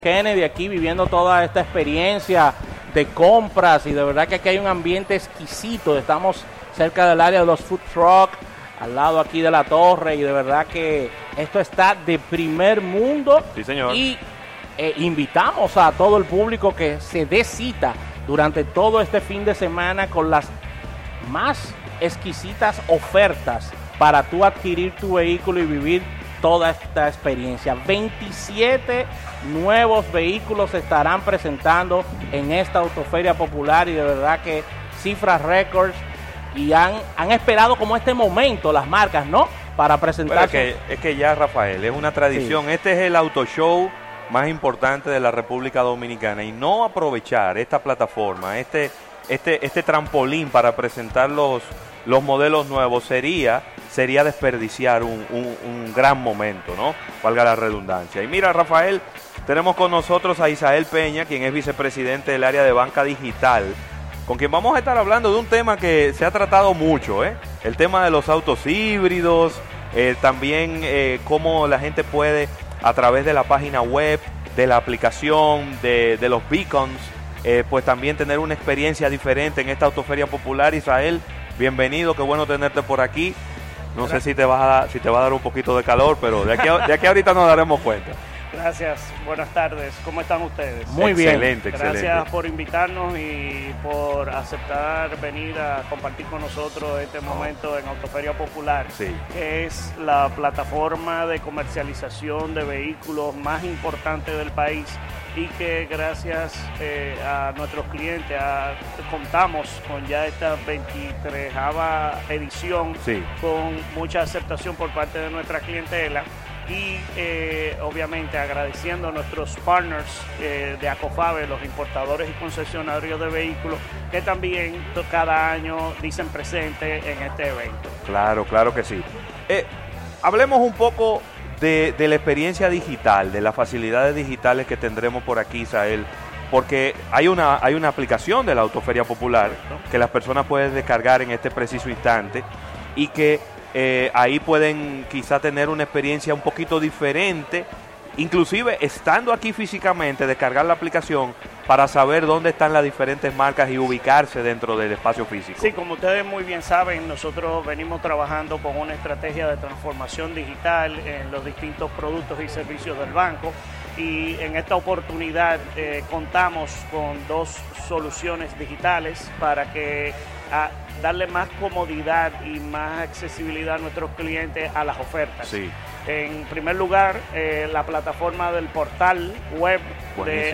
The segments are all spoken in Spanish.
Kennedy aquí viviendo toda esta experiencia de compras y de verdad que aquí hay un ambiente exquisito. Estamos cerca del área de los food truck, al lado aquí de la torre y de verdad que esto está de primer mundo. Sí, señor. Y invitamos a todo el público que se dé cita durante todo este fin de semana con las más exquisitas ofertas para tú adquirir tu vehículo y vivir toda esta experiencia. 27 nuevos vehículos se estarán presentando en esta Autoferia Popular y de verdad que cifras récords y han esperado como este momento las marcas, ¿no? Para presentarse. Es que ya, Rafael, es una tradición. Sí. Este es el auto show más importante de la República Dominicana y no aprovechar esta plataforma, este trampolín para presentar los modelos nuevos sería desperdiciar un gran momento, ¿no? Valga la redundancia. Y mira, Rafael, tenemos con nosotros a Isael Peña, quien es vicepresidente del área de banca digital, con quien vamos a estar hablando de un tema que se ha tratado mucho, el tema de los autos híbridos, también cómo la gente puede, a través de la página web, de la aplicación, de los beacons, pues también tener una experiencia diferente en esta Autoferia Popular. Isael, bienvenido, qué bueno tenerte por aquí. No sé si te va a dar un poquito de calor, pero de aquí ahorita nos daremos cuenta. Gracias, buenas tardes. ¿Cómo están ustedes? Muy bien. Excelente. Gracias por invitarnos y por aceptar venir a compartir con nosotros este momento en Autoferia Popular, sí, que es la plataforma de comercialización de vehículos más importante del país y que gracias a nuestros clientes contamos con ya esta 23ª edición, sí, con mucha aceptación por parte de nuestra clientela. Y obviamente agradeciendo a nuestros partners de Acofabe, los importadores y concesionarios de vehículos, que también cada año dicen presente en este evento. Claro que sí. Hablemos un poco de la experiencia digital, de las facilidades digitales que tendremos por aquí, Isael, porque hay una aplicación de la Autoferia Popular que las personas pueden descargar en este preciso instante y que ahí pueden quizá tener una experiencia un poquito diferente, inclusive estando aquí físicamente, descargar la aplicación para saber dónde están las diferentes marcas y ubicarse dentro del espacio físico. Sí, como ustedes muy bien saben, nosotros venimos trabajando con una estrategia de transformación digital en los distintos productos y servicios del banco y en esta oportunidad contamos con dos soluciones digitales para que darle más comodidad y más accesibilidad a nuestros clientes a las ofertas. Sí. En primer lugar, la plataforma del portal web Buenísimo. de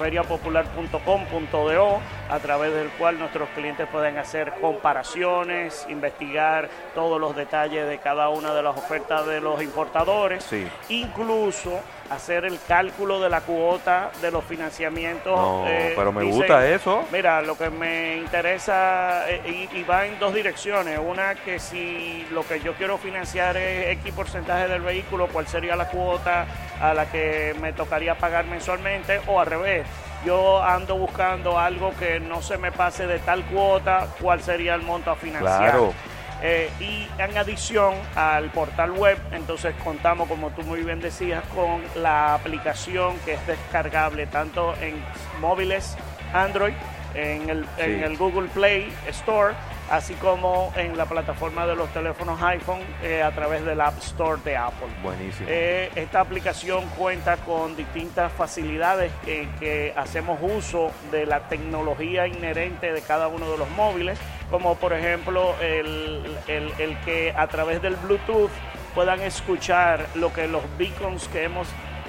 autoferiapopular.com.do, a través del cual nuestros clientes pueden hacer comparaciones, investigar todos los detalles de cada una de las ofertas de los importadores, sí, incluso hacer el cálculo de la cuota de los financiamientos. No, pero me gusta eso. Mira, lo que me interesa y va en dos direcciones. Una, que si lo que yo quiero financiar es X porcentaje del vehículo, ¿cuál sería la cuota a la que me tocaría pagar mensualmente? O al revés, yo ando buscando algo que no se me pase de tal cuota, ¿cuál sería el monto a financiar? Claro. Y en adición al portal web, entonces contamos, como tú muy bien decías, con la aplicación que es descargable tanto en móviles Android, en el Google Play Store, así como en la plataforma de los teléfonos iPhone a través del App Store de Apple. Buenísimo. Esta aplicación cuenta con distintas facilidades que hacemos uso de la tecnología inherente de cada uno de los móviles, como por ejemplo el que a través del Bluetooth puedan escuchar lo que los beacons que hemos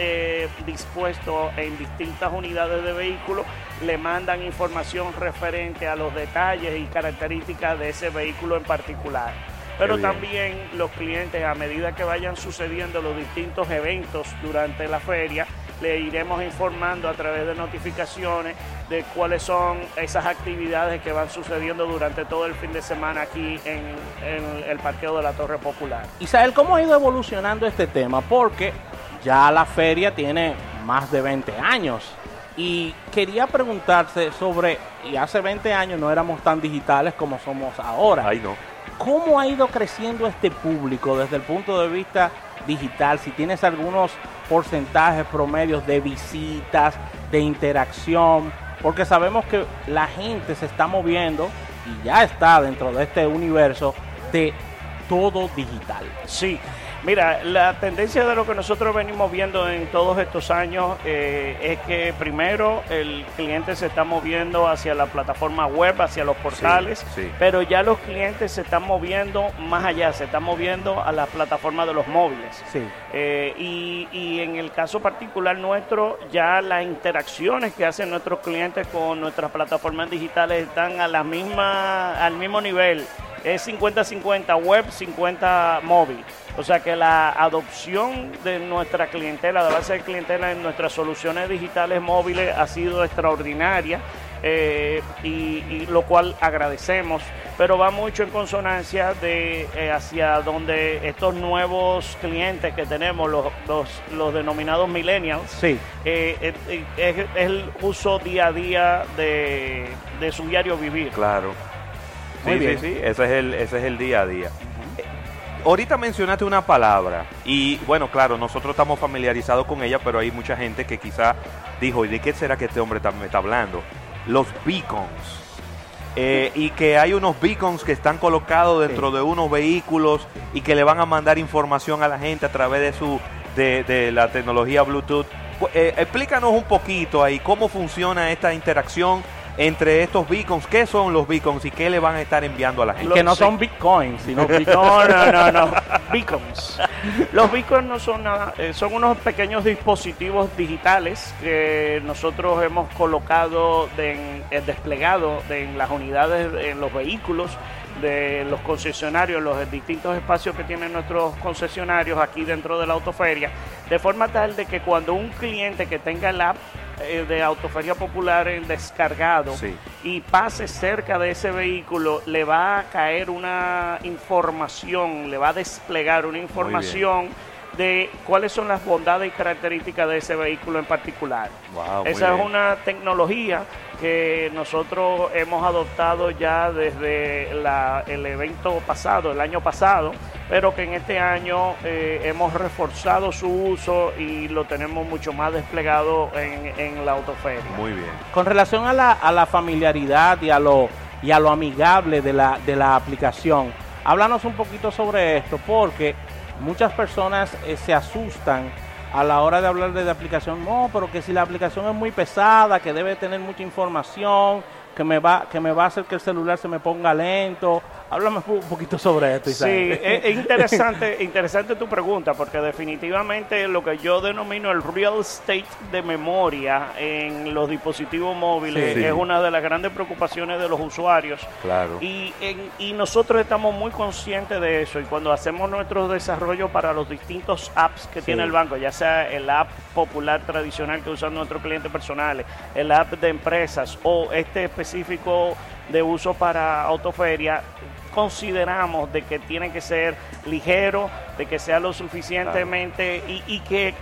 dispuesto en distintas unidades de vehículo le mandan información referente a los detalles y características de ese vehículo en particular. Pero también los clientes, a medida que vayan sucediendo los distintos eventos durante la feria, le iremos informando a través de notificaciones de cuáles son esas actividades que van sucediendo durante todo el fin de semana aquí en el parqueo de la Torre Popular. Isael, ¿cómo ha ido evolucionando este tema? Porque ya la feria tiene más de 20 años y quería preguntarse sobre, y hace 20 años no éramos tan digitales como somos ahora. Ay, no. ¿Cómo ha ido creciendo este público desde el punto de vista digital, si tienes algunos porcentajes promedios de visitas, de interacción, porque sabemos que la gente se está moviendo y ya está dentro de este universo de todo digital. Sí, mira, la tendencia de lo que nosotros venimos viendo en todos estos años es que primero el cliente se está moviendo hacia la plataforma web, hacia los portales, sí. pero ya los clientes se están moviendo más allá, se están moviendo a la plataforma de los móviles. Sí. Y en el caso particular nuestro, ya las interacciones que hacen nuestros clientes con nuestras plataformas digitales están al mismo nivel. Es 50-50 web, 50 móvil. O sea que la adopción de nuestra clientela, de base de clientela en nuestras soluciones digitales móviles ha sido extraordinaria, y lo cual agradecemos, pero va mucho en consonancia de hacia donde estos nuevos clientes que tenemos, los denominados millennials, Sí. es el uso día a día de su diario vivir. Claro. Muy bien. Sí, ese es el día a día. Ahorita mencionaste una palabra y bueno, claro, nosotros estamos familiarizados con ella, pero hay mucha gente que quizá dijo, ¿y de qué será que este hombre me está hablando? Los beacons. Y que hay unos beacons que están colocados dentro de unos vehículos y que le van a mandar información a la gente a través de la tecnología Bluetooth. Explícanos un poquito ahí cómo funciona esta interacción entre estos beacons. ¿Qué son los beacons y qué le van a estar enviando a la gente? Que no son bitcoins, sino No. Beacons. Los beacons no son nada, son unos pequeños dispositivos digitales que nosotros hemos colocado, desplegado en las unidades, en los vehículos de los concesionarios, los distintos espacios que tienen nuestros concesionarios aquí dentro de la Autoferia, de forma tal de que cuando un cliente que tenga el app de Autoferia Popular descargado, sí, y pase cerca de ese vehículo, le va a caer una información, le va a desplegar una información de cuáles son las bondades y características de ese vehículo en particular. Wow, Esa es una tecnología que nosotros hemos adoptado ya desde el evento pasado, el año pasado, pero que en este año hemos reforzado su uso y lo tenemos mucho más desplegado en la Autoferia. Muy bien. Con relación a la familiaridad y a lo amigable de la aplicación, háblanos un poquito sobre esto, porque muchas personas se asustan a la hora de hablar de la aplicación. No, pero que si la aplicación es muy pesada, que debe tener mucha información, que me va a hacer que el celular se me ponga lento. Háblame un poquito sobre esto, Isaac. Sí, es interesante tu pregunta, porque definitivamente lo que yo denomino el real estate de memoria en los dispositivos móviles es una de las grandes preocupaciones de los usuarios. Claro. Y nosotros estamos muy conscientes de eso, y cuando hacemos nuestro desarrollo para los distintos apps que tiene el banco, ya sea el app popular tradicional que usan nuestros clientes personales, el app de empresas o este específico de uso para Autoferia, consideramos de que tiene que ser ligero, de que sea lo suficientemente y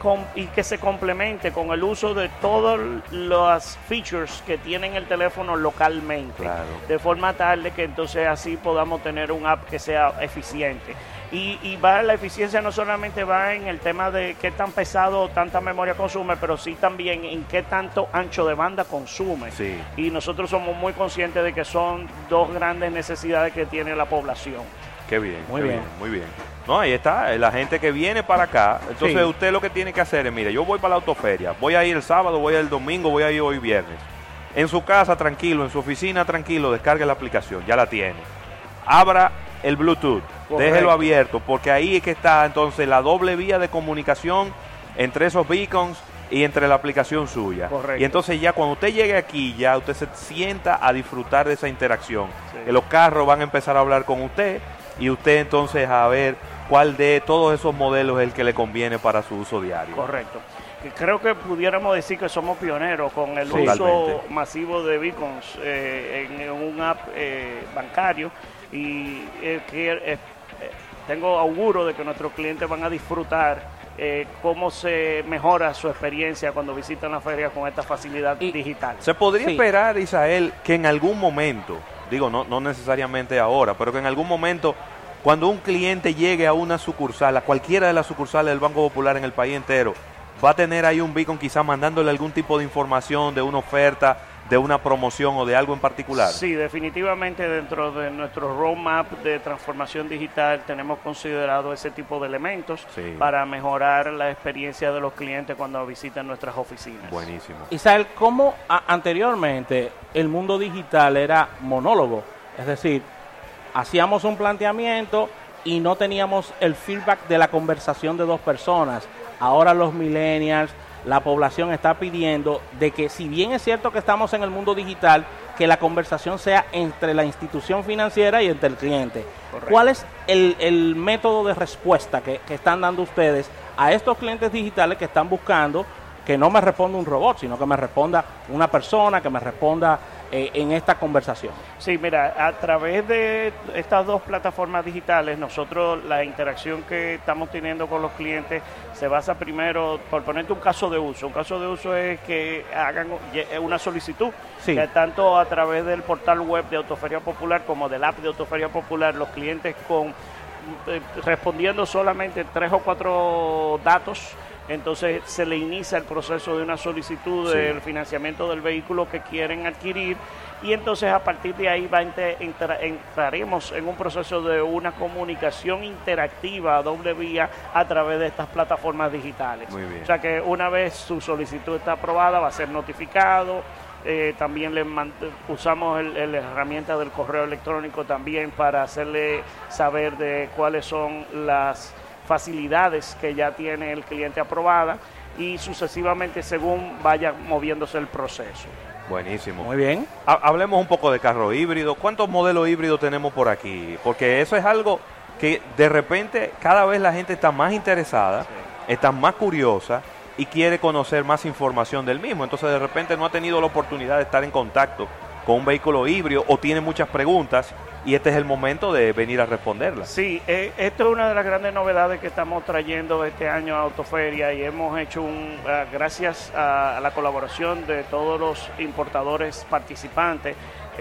que se complemente con el uso de todas las features que tienen el teléfono localmente, de forma tal de que entonces así podamos tener un app que sea eficiente. Y la eficiencia no solamente va en el tema de qué tan pesado o tanta memoria consume, pero sí también en qué tanto ancho de banda consume. Sí. Y nosotros somos muy conscientes de que son dos grandes necesidades que tiene la población. Qué bien, muy bien. Muy bien. No, ahí está, la gente que viene para acá. Entonces usted lo que tiene que hacer es, mire, yo voy para la Autoferia, voy a ir el sábado, voy a ir el domingo, voy a ir hoy viernes. En su casa tranquilo, en su oficina tranquilo, descargue la aplicación, ya la tiene. Abra el Bluetooth, déjelo abierto, porque ahí es que está entonces la doble vía de comunicación entre esos beacons y entre la aplicación suya. Correcto. Y entonces ya cuando usted llegue aquí, ya usted se sienta a disfrutar de esa interacción. Que los carros van a empezar a hablar con usted y usted entonces a ver cuál de todos esos modelos es el que le conviene para su uso diario. Correcto. Creo que pudiéramos decir que somos pioneros con el uso masivo de beacons en un app bancario, y tengo auguro de que nuestros clientes van a disfrutar cómo se mejora su experiencia cuando visitan la feria con esta facilidad digital. ¿Se podría esperar, Isael, que en algún momento, digo, no necesariamente ahora, pero que en algún momento cuando un cliente llegue a una sucursal, a cualquiera de las sucursales del Banco Popular en el país entero, va a tener ahí un beacon quizás mandándole algún tipo de información, de una oferta, de una promoción o de algo en particular? Sí, definitivamente dentro de nuestro roadmap de transformación digital tenemos considerado ese tipo de elementos para mejorar la experiencia de los clientes cuando visitan nuestras oficinas. Buenísimo. Isabel, ¿cómo anteriormente el mundo digital era monólogo? Es decir, hacíamos un planteamiento y no teníamos el feedback de la conversación de dos personas. Ahora los millennials, la población está pidiendo de que, si bien es cierto que estamos en el mundo digital, que la conversación sea entre la institución financiera y entre el cliente. Correcto. ¿Cuál es el método de respuesta que están dando ustedes a estos clientes digitales que están buscando que no me responda un robot, sino que me responda una persona, que me responda en esta conversación? Sí, mira, a través de estas dos plataformas digitales, nosotros la interacción que estamos teniendo con los clientes se basa primero, por ponerte un caso de uso. Un caso de uso es que hagan una solicitud, que tanto a través del portal web de Autoferia Popular como del app de Autoferia Popular, los clientes respondiendo solamente 3 o 4 datos, entonces se le inicia el proceso de una solicitud del financiamiento del vehículo que quieren adquirir, y entonces a partir de ahí entraremos en un proceso de una comunicación interactiva a doble vía a través de estas plataformas digitales. Muy bien. O sea que una vez su solicitud está aprobada va a ser notificado. También usamos la herramienta del correo electrónico también para hacerle saber de cuáles son las facilidades que ya tiene el cliente aprobada, y sucesivamente según vaya moviéndose el proceso. Buenísimo. Muy bien. Hablemos un poco de carro híbrido. ¿Cuántos modelos híbridos tenemos por aquí? Porque eso es algo que de repente cada vez la gente está más interesada, está más curiosa y quiere conocer más información del mismo. Entonces de repente no ha tenido la oportunidad de estar en contacto con un vehículo híbrido o tiene muchas preguntas, y este es el momento de venir a responderlas. Sí, esto es una de las grandes novedades que estamos trayendo este año a Autoferia, y hemos hecho gracias a la colaboración de todos los importadores participantes,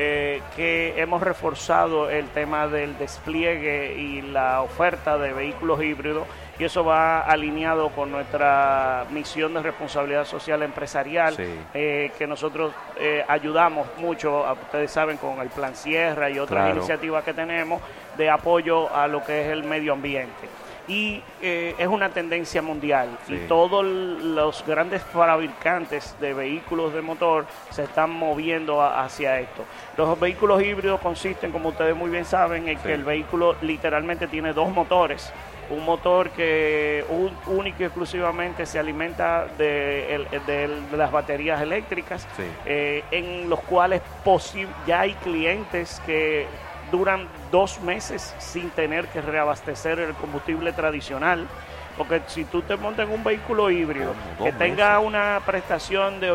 que hemos reforzado el tema del despliegue y la oferta de vehículos híbridos, y eso va alineado con nuestra misión de responsabilidad social empresarial, que nosotros ayudamos mucho, ustedes saben, con el Plan Sierra y otras iniciativas que tenemos de apoyo a lo que es el medio ambiente. Y es una tendencia mundial, y todos los grandes fabricantes de vehículos de motor se están moviendo hacia esto. Los vehículos híbridos consisten, como ustedes muy bien saben, en que el vehículo literalmente tiene dos motores. Un motor que único y exclusivamente se alimenta de las baterías eléctricas, en los cuales ya hay clientes que duran 2 meses sin tener que reabastecer el combustible tradicional. Porque si tú te montas en un vehículo híbrido que tenga una prestación de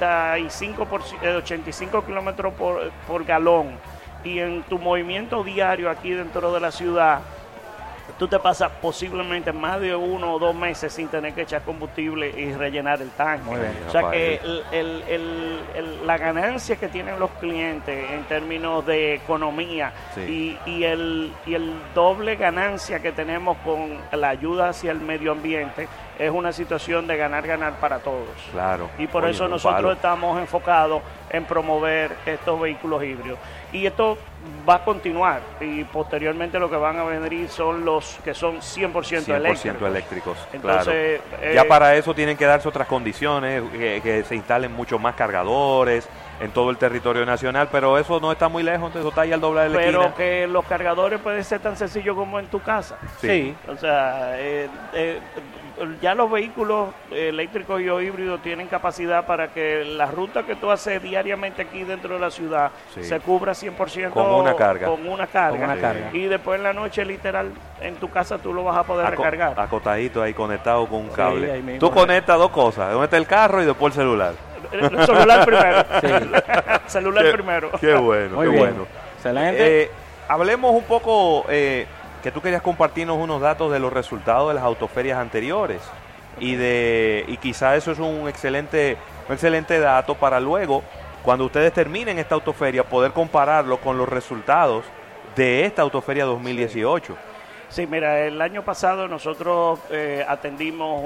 85 kilómetros por galón, y en tu movimiento diario aquí dentro de la ciudad, tú te pasas posiblemente más de 1 o 2 meses sin tener que echar combustible y rellenar el tanque. Muy bien, o sea que la ganancia que tienen los clientes en términos de economía y el doble ganancia que tenemos con la ayuda hacia el medio ambiente es una situación de ganar para todos. Claro. Y por eso nosotros estamos enfocados en promover estos vehículos híbridos. Y esto va a continuar, y posteriormente lo que van a venir son los que son 100% eléctricos. Entonces, ya para eso tienen que darse otras condiciones, que se instalen muchos más cargadores en todo el territorio nacional, pero eso no está muy lejos, entonces eso está ahí al doblar de la esquina. Pero que los cargadores pueden ser tan sencillos como en tu casa. Sí. O sea, ya los vehículos eléctricos y o híbridos tienen capacidad para que la ruta que tú haces diariamente aquí dentro de la ciudad se cubra 100% con una carga. Y después en la noche, literal, en tu casa tú lo vas a poder recargar. Acotadito ahí, conectado con un cable. Tú conectas 2 cosas, conectas el carro y después el celular. El celular primero. Celular primero. Qué bueno, muy qué bien. bueno. Excelente. Hablemos un poco, que tú querías compartirnos unos datos de los resultados de las autoferias anteriores, y quizá eso es un excelente dato para luego, cuando ustedes terminen esta autoferia, poder compararlo con los resultados de esta autoferia 2018. Sí, mira, el año pasado nosotros atendimos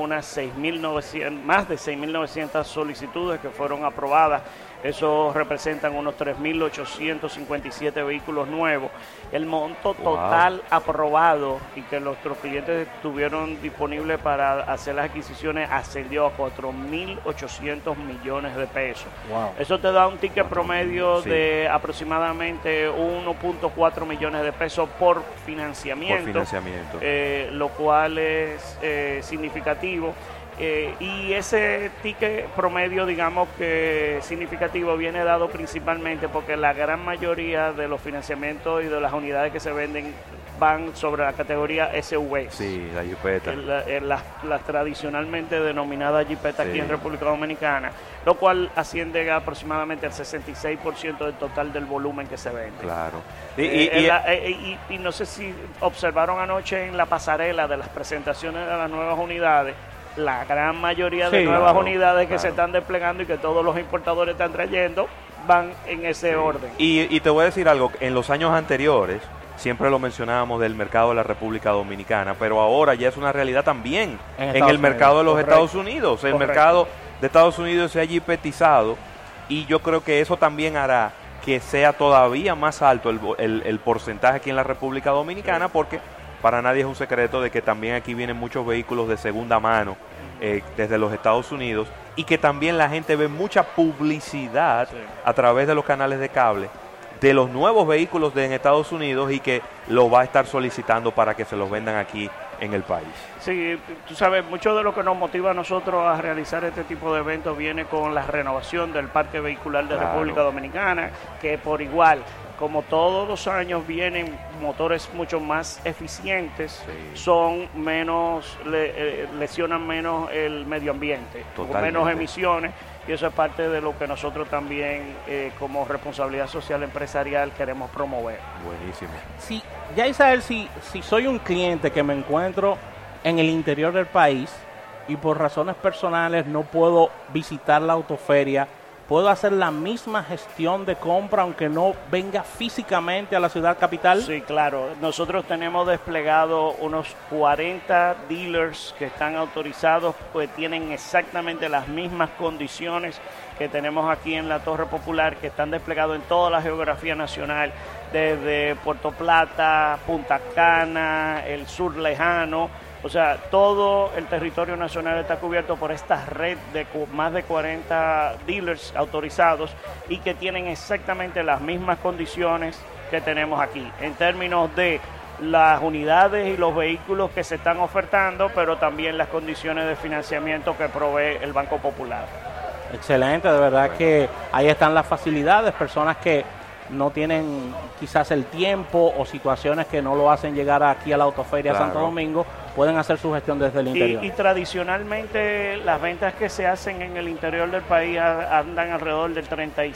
más de 6.900 solicitudes que fueron aprobadas. Eso representan unos 3.857 vehículos nuevos. El monto total aprobado y que nuestros clientes tuvieron disponible para hacer las adquisiciones ascendió a 4.800 millones de pesos. Wow. Eso te da un ticket promedio de aproximadamente 1.4 millones de pesos por financiamiento. Lo cual es significativo. Y ese ticket promedio, digamos que significativo, viene dado principalmente porque la gran mayoría de los financiamientos y de las unidades que se venden van sobre la categoría SUV. Sí, la Jeepeta. Las tradicionalmente denominadas Jeepeta aquí en República Dominicana, lo cual asciende a aproximadamente al 66% del total del volumen que se vende. Claro. Y no sé si observaron anoche en la pasarela de las presentaciones de las nuevas unidades, la gran mayoría de nuevas unidades que se están desplegando y que todos los importadores están trayendo van en ese orden. Y te voy a decir algo, en los años anteriores siempre lo mencionábamos del mercado de la República Dominicana, pero ahora ya es una realidad también en el mercado de los Estados Unidos. El mercado de Estados Unidos se ha jipetizado y yo creo que eso también hará que sea todavía más alto el porcentaje aquí en la República Dominicana, porque para nadie es un secreto de que también aquí vienen muchos vehículos de segunda mano desde los Estados Unidos y que también la gente ve mucha publicidad a través de los canales de cable de los nuevos vehículos en Estados Unidos y que lo va a estar solicitando para que se los vendan aquí en el país. Sí, tú sabes, mucho de lo que nos motiva a nosotros a realizar este tipo de eventos viene con la renovación del parque vehicular de República Dominicana, que por igual, como todos los años vienen motores mucho más eficientes, son menos, lesionan menos el medio ambiente, con menos emisiones, y eso es parte de lo que nosotros también como responsabilidad social empresarial queremos promover. Buenísimo. Sí, ya Isael, si soy un cliente que me encuentro en el interior del país y por razones personales no puedo visitar la autoferia, ¿puedo hacer la misma gestión de compra aunque no venga físicamente a la ciudad capital? Sí, claro. Nosotros tenemos desplegado unos 40 dealers que están autorizados, pues tienen exactamente las mismas condiciones que tenemos aquí en la Torre Popular, que están desplegados en toda la geografía nacional, desde Puerto Plata, Punta Cana, el sur lejano. O sea, todo el territorio nacional está cubierto por esta red de más de 40 dealers autorizados y que tienen exactamente las mismas condiciones que tenemos aquí, en términos de las unidades y los vehículos que se están ofertando, pero también las condiciones de financiamiento que provee el Banco Popular. Excelente, de verdad que ahí están las facilidades, personas que no tienen quizás el tiempo o situaciones que no lo hacen llegar aquí a la Autoferia Santo Domingo, pueden hacer su gestión desde el interior. Y tradicionalmente las ventas que se hacen en el interior del país andan alrededor del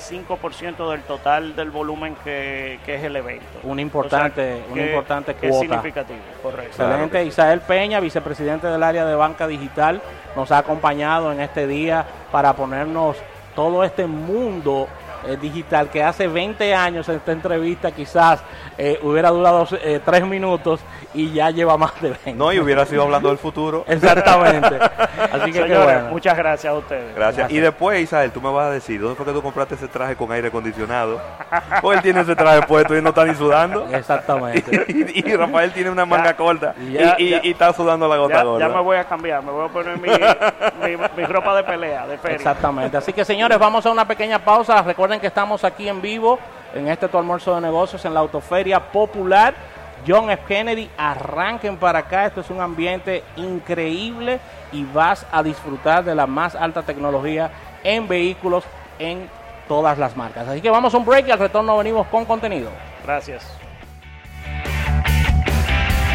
35% del total del volumen que es el evento. Una importante cuota. Es significativo, correcto. Excelente. Claro, Isael Peña, vicepresidente del área de banca digital, nos ha acompañado en este día para ponernos todo este mundo digital que hace 20 años esta entrevista quizás hubiera durado 3 minutos y ya lleva más de 20. No, y hubiera sido hablando del futuro. Exactamente. Así que señores, bueno. Muchas gracias a ustedes. Gracias. Y después, Isael, tú me vas a decir, ¿dónde fue que tú compraste ese traje con aire acondicionado? Pues él tiene ese traje puesto y no está ni sudando. Exactamente. y Rafael tiene una manga corta y está sudando la gota gorda. Ya me voy a cambiar, me voy a poner mi ropa de pelea, de feria. Exactamente. Así que, señores, vamos a una pequeña pausa. Recuerden que estamos aquí en vivo en este Tu Almuerzo de Negocios en la Autoferia Popular John F. Kennedy. Arranquen para acá, esto es un ambiente increíble y vas a disfrutar de la más alta tecnología en vehículos en todas las marcas. Así que vamos a un break y al retorno venimos con contenido. Gracias.